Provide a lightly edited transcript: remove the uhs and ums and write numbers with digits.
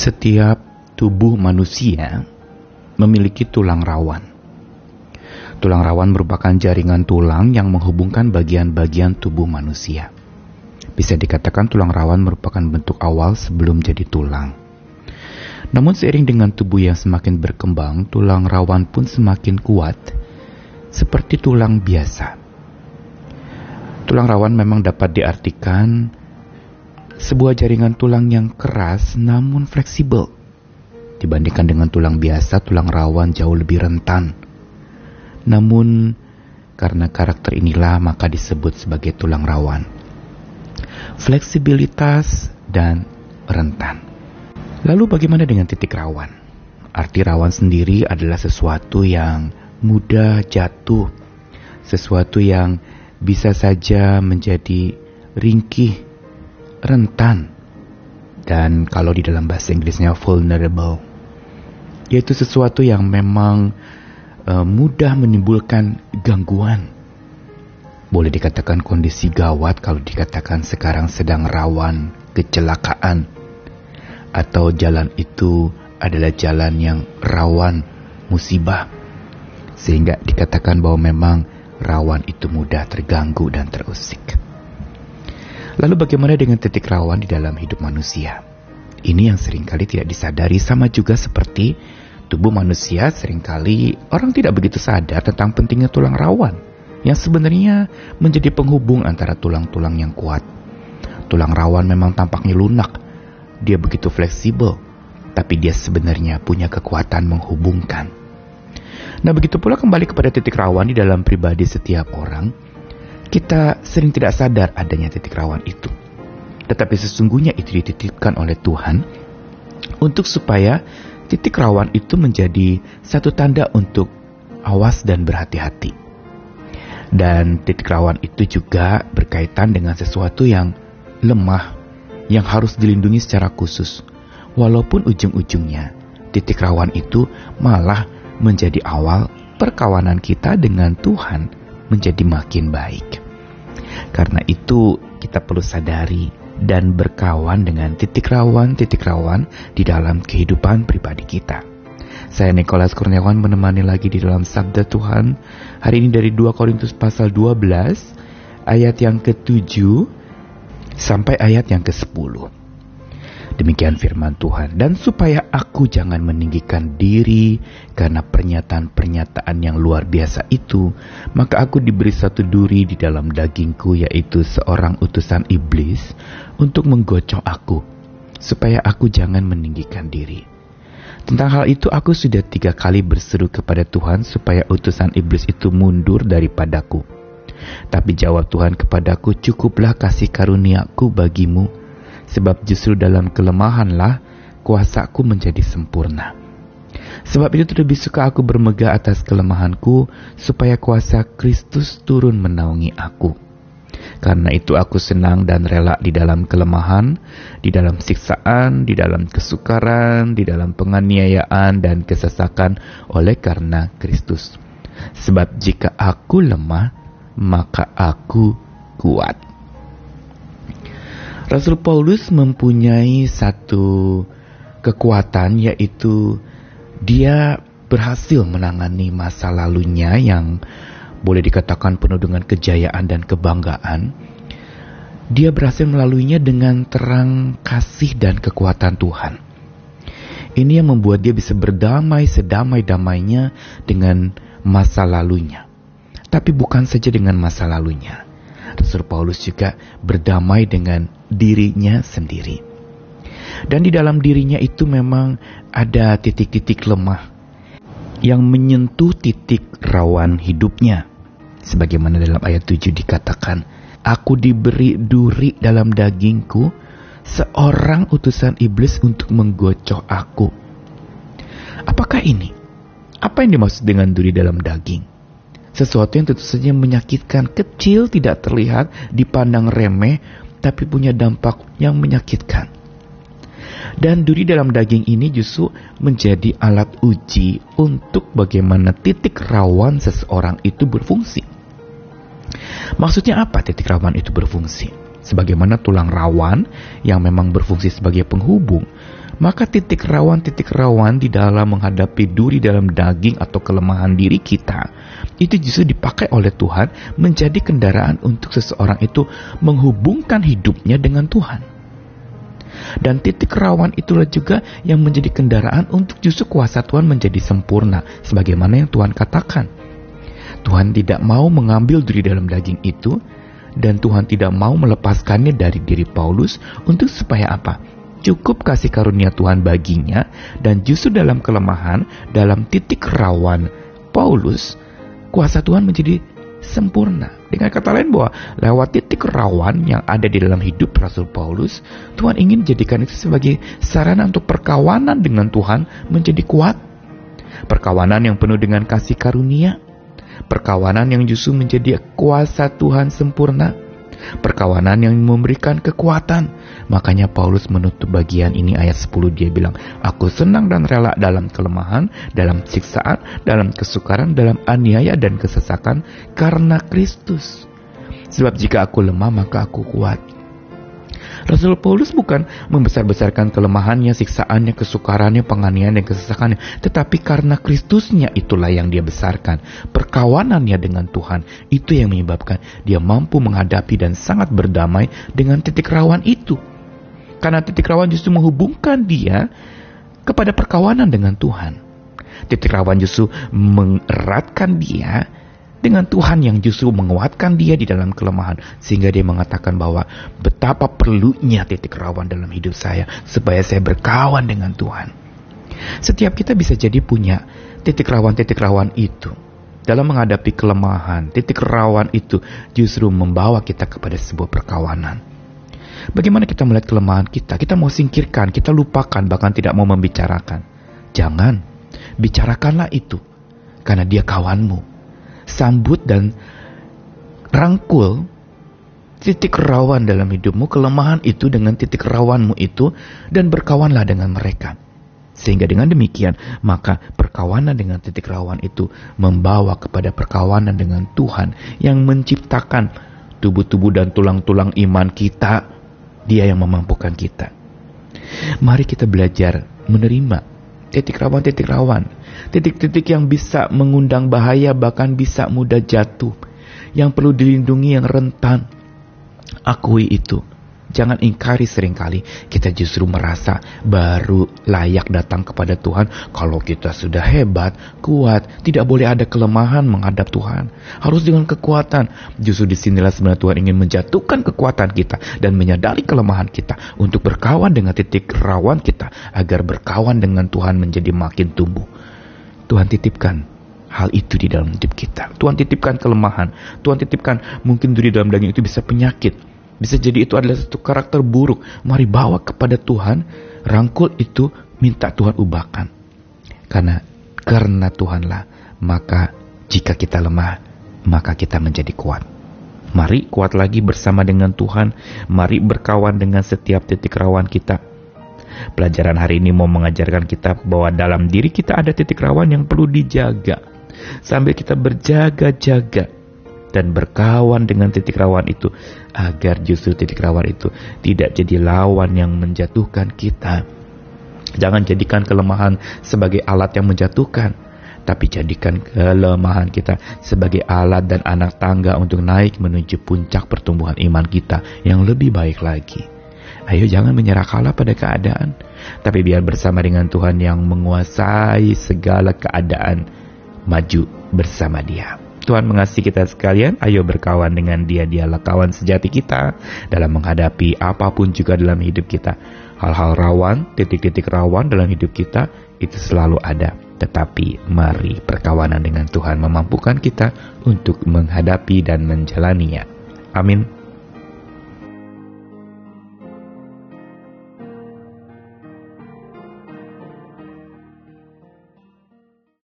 Setiap tubuh manusia memiliki tulang rawan. Tulang rawan merupakan jaringan tulang yang menghubungkan bagian-bagian tubuh manusia. Bisa dikatakan tulang rawan merupakan bentuk awal sebelum jadi tulang. Namun seiring dengan tubuh yang semakin berkembang, tulang rawan pun semakin kuat, seperti tulang biasa. Tulang rawan memang dapat diartikan sebuah jaringan tulang yang keras namun fleksibel. Dibandingkan dengan tulang biasa, tulang rawan jauh lebih rentan. Namun, karena karakter inilah maka disebut sebagai tulang rawan. Fleksibilitas dan rentan. Lalu bagaimana dengan titik rawan? Arti rawan sendiri adalah sesuatu yang mudah jatuh, sesuatu yang bisa saja menjadi ringkih, rentan, dan kalau di dalam bahasa Inggrisnya vulnerable, yaitu sesuatu yang memang mudah menimbulkan gangguan. Boleh dikatakan kondisi gawat kalau dikatakan sekarang sedang rawan kecelakaan, atau jalan itu adalah jalan yang rawan musibah, sehingga dikatakan bahwa memang rawan itu mudah terganggu dan terusik. Lalu bagaimana dengan titik rawan di dalam hidup manusia? Ini yang seringkali tidak disadari, sama juga seperti tubuh manusia. Seringkali orang tidak begitu sadar tentang pentingnya tulang rawan, yang sebenarnya menjadi penghubung antara tulang-tulang yang kuat. Tulang rawan memang tampaknya lunak, dia begitu fleksibel, tapi dia sebenarnya punya kekuatan menghubungkan. Nah, begitu pula kembali kepada titik rawan di dalam pribadi setiap orang. Kita sering tidak sadar adanya titik rawan itu. Tetapi sesungguhnya itu dititipkan oleh Tuhan untuk supaya titik rawan itu menjadi satu tanda untuk awas dan berhati-hati. Dan titik rawan itu juga berkaitan dengan sesuatu yang lemah, yang harus dilindungi secara khusus. Walaupun ujung-ujungnya titik rawan itu malah menjadi awal perkawanan kita dengan Tuhan menjadi makin baik. Karena itu kita perlu sadari dan berkawan dengan titik rawan di dalam kehidupan pribadi kita. Saya Nikolas Kurniawan menemani lagi di dalam Sabda Tuhan hari ini dari 2 Korintus pasal 12 ayat yang ke-7 sampai ayat yang ke-10. Demikian firman Tuhan. Dan supaya aku jangan meninggikan diri karena pernyataan-pernyataan yang luar biasa itu, maka aku diberi satu duri di dalam dagingku, yaitu seorang utusan iblis untuk menggocok aku, supaya aku jangan meninggikan diri. Tentang hal itu aku sudah 3 kali berseru kepada Tuhan supaya utusan iblis itu mundur daripadaku. Tapi jawab Tuhan kepadaku, cukuplah kasih karuniaku bagimu, sebab justru dalam kelemahanlah kuasaku menjadi sempurna. Sebab itu lebih suka aku bermegah atas kelemahanku, supaya kuasa Kristus turun menaungi aku. Karena itu aku senang dan rela di dalam kelemahan, di dalam siksaan, di dalam kesukaran, di dalam penganiayaan dan kesesakan oleh karena Kristus. Sebab jika aku lemah, maka aku kuat. Rasul Paulus mempunyai satu kekuatan, yaitu dia berhasil menangani masa lalunya yang boleh dikatakan penuh dengan kejayaan dan kebanggaan. Dia berhasil melaluinya dengan terang kasih dan kekuatan Tuhan. Ini yang membuat dia bisa berdamai sedamai-damainya dengan masa lalunya. Tapi bukan saja dengan masa lalunya. Rasul Paulus juga berdamai dengan dirinya sendiri. Dan di dalam dirinya itu memang ada titik-titik lemah yang menyentuh titik rawan hidupnya. Sebagaimana dalam ayat 7 dikatakan, aku diberi duri dalam dagingku, seorang utusan iblis untuk menggocok aku. Apakah ini? Apa yang dimaksud dengan duri dalam daging? Sesuatu yang tentu saja menyakitkan, kecil, tidak terlihat, dipandang remeh, tapi punya dampak yang menyakitkan. Dan duri dalam daging ini justru menjadi alat uji untuk bagaimana titik rawan seseorang itu berfungsi. Maksudnya apa titik rawan itu berfungsi? Sebagaimana tulang rawan yang memang berfungsi sebagai penghubung, Maka titik rawan di dalam menghadapi duri dalam daging atau kelemahan diri kita, itu justru dipakai oleh Tuhan menjadi kendaraan untuk seseorang itu menghubungkan hidupnya dengan Tuhan. Dan titik rawan itulah juga yang menjadi kendaraan untuk justru kuasa Tuhan menjadi sempurna, sebagaimana yang Tuhan katakan. Tuhan tidak mau mengambil duri dalam daging itu, dan Tuhan tidak mau melepaskannya dari diri Paulus untuk supaya apa? Cukup kasih karunia Tuhan baginya, dan justru dalam kelemahan, dalam titik rawan Paulus, kuasa Tuhan menjadi sempurna. Dengan kata lain bahwa lewat titik rawan yang ada di dalam hidup Rasul Paulus, Tuhan ingin jadikan itu sebagai sarana untuk perkawanan dengan Tuhan menjadi kuat. Perkawanan yang penuh dengan kasih karunia, perkawanan yang justru menjadi kuasa Tuhan sempurna, perkawanan yang memberikan kekuatan. Makanya Paulus menutup bagian ini ayat 10, dia bilang, aku senang dan rela dalam kelemahan, dalam siksaan, dalam kesukaran, dalam aniaya dan kesesakan karena Kristus. Sebab jika aku lemah maka aku kuat. Rasul Paulus bukan membesar-besarkan kelemahannya, siksaannya, kesukarannya, penganiayaan dan kesesakannya, tetapi karena Kristusnya itulah yang dia besarkan. Perkawanannya dengan Tuhan, itu yang menyebabkan dia mampu menghadapi dan sangat berdamai dengan titik rawan itu. Karena titik rawan justru menghubungkan dia kepada perkawanan dengan Tuhan. Titik rawan justru mengeratkan dia dengan Tuhan yang justru menguatkan dia di dalam kelemahan, sehingga dia mengatakan bahwa betapa perlunya titik rawan dalam hidup saya supaya saya berkawan dengan Tuhan. Setiap kita bisa jadi punya titik rawan itu. Dalam menghadapi kelemahan, titik rawan itu justru membawa kita kepada sebuah perkawanan. Bagaimana kita melihat kelemahan kita? Kita mau singkirkan, kita lupakan, bahkan tidak mau membicarakan. Jangan, bicarakanlah itu, karena dia kawanmu. Sambut dan rangkul titik rawan dalam hidupmu, kelemahan itu dengan titik rawanmu itu, dan berkawanlah dengan mereka. Sehingga dengan demikian, maka perkawanan dengan titik rawan itu membawa kepada perkawanan dengan Tuhan yang menciptakan tubuh-tubuh dan tulang-tulang iman kita. Dia yang memampukan kita. Mari kita belajar menerima titik rawan, titik-titik yang bisa mengundang bahaya, bahkan bisa mudah jatuh, yang perlu dilindungi, yang rentan. Akui itu. Jangan ingkari seringkali kita justru merasa baru layak datang kepada Tuhan kalau kita sudah hebat, kuat, tidak boleh ada kelemahan menghadap Tuhan. Harus dengan kekuatan. Justru disinilah sebenarnya Tuhan ingin menjatuhkan kekuatan kita dan menyadari kelemahan kita untuk berkawan dengan titik rawan kita, agar berkawan dengan Tuhan menjadi makin tumbuh. Tuhan titipkan hal itu di dalam hidup kita. Tuhan titipkan kelemahan. Tuhan titipkan mungkin di dalam daging itu bisa penyakit. Bisa jadi itu adalah satu karakter buruk. Mari bawa kepada Tuhan, rangkul itu, minta Tuhan ubahkan. Karena Tuhanlah, maka jika kita lemah, maka kita menjadi kuat. Mari kuat lagi bersama dengan Tuhan. Mari berkawan dengan setiap titik rawan kita. Pelajaran hari ini mau mengajarkan kita bahwa dalam diri kita ada titik rawan yang perlu dijaga. Sambil kita berjaga-jaga dan berkawan dengan titik rawan itu, agar justru titik rawan itu tidak jadi lawan yang menjatuhkan kita. Jangan jadikan kelemahan sebagai alat yang menjatuhkan, tapi jadikan kelemahan kita sebagai alat dan anak tangga untuk naik menuju puncak pertumbuhan iman kita yang lebih baik lagi. Ayo jangan menyerah kalah pada keadaan, tapi biar bersama dengan Tuhan yang menguasai segala keadaan, maju bersama Dia. Tuhan mengasihi kita sekalian. Ayo berkawan dengan Dia. Dialah kawan sejati kita dalam menghadapi apapun juga dalam hidup kita. Hal-hal rawan, titik-titik rawan dalam hidup kita itu selalu ada. Tetapi mari perkawanan dengan Tuhan memampukan kita untuk menghadapi dan menjalaninya. Amin.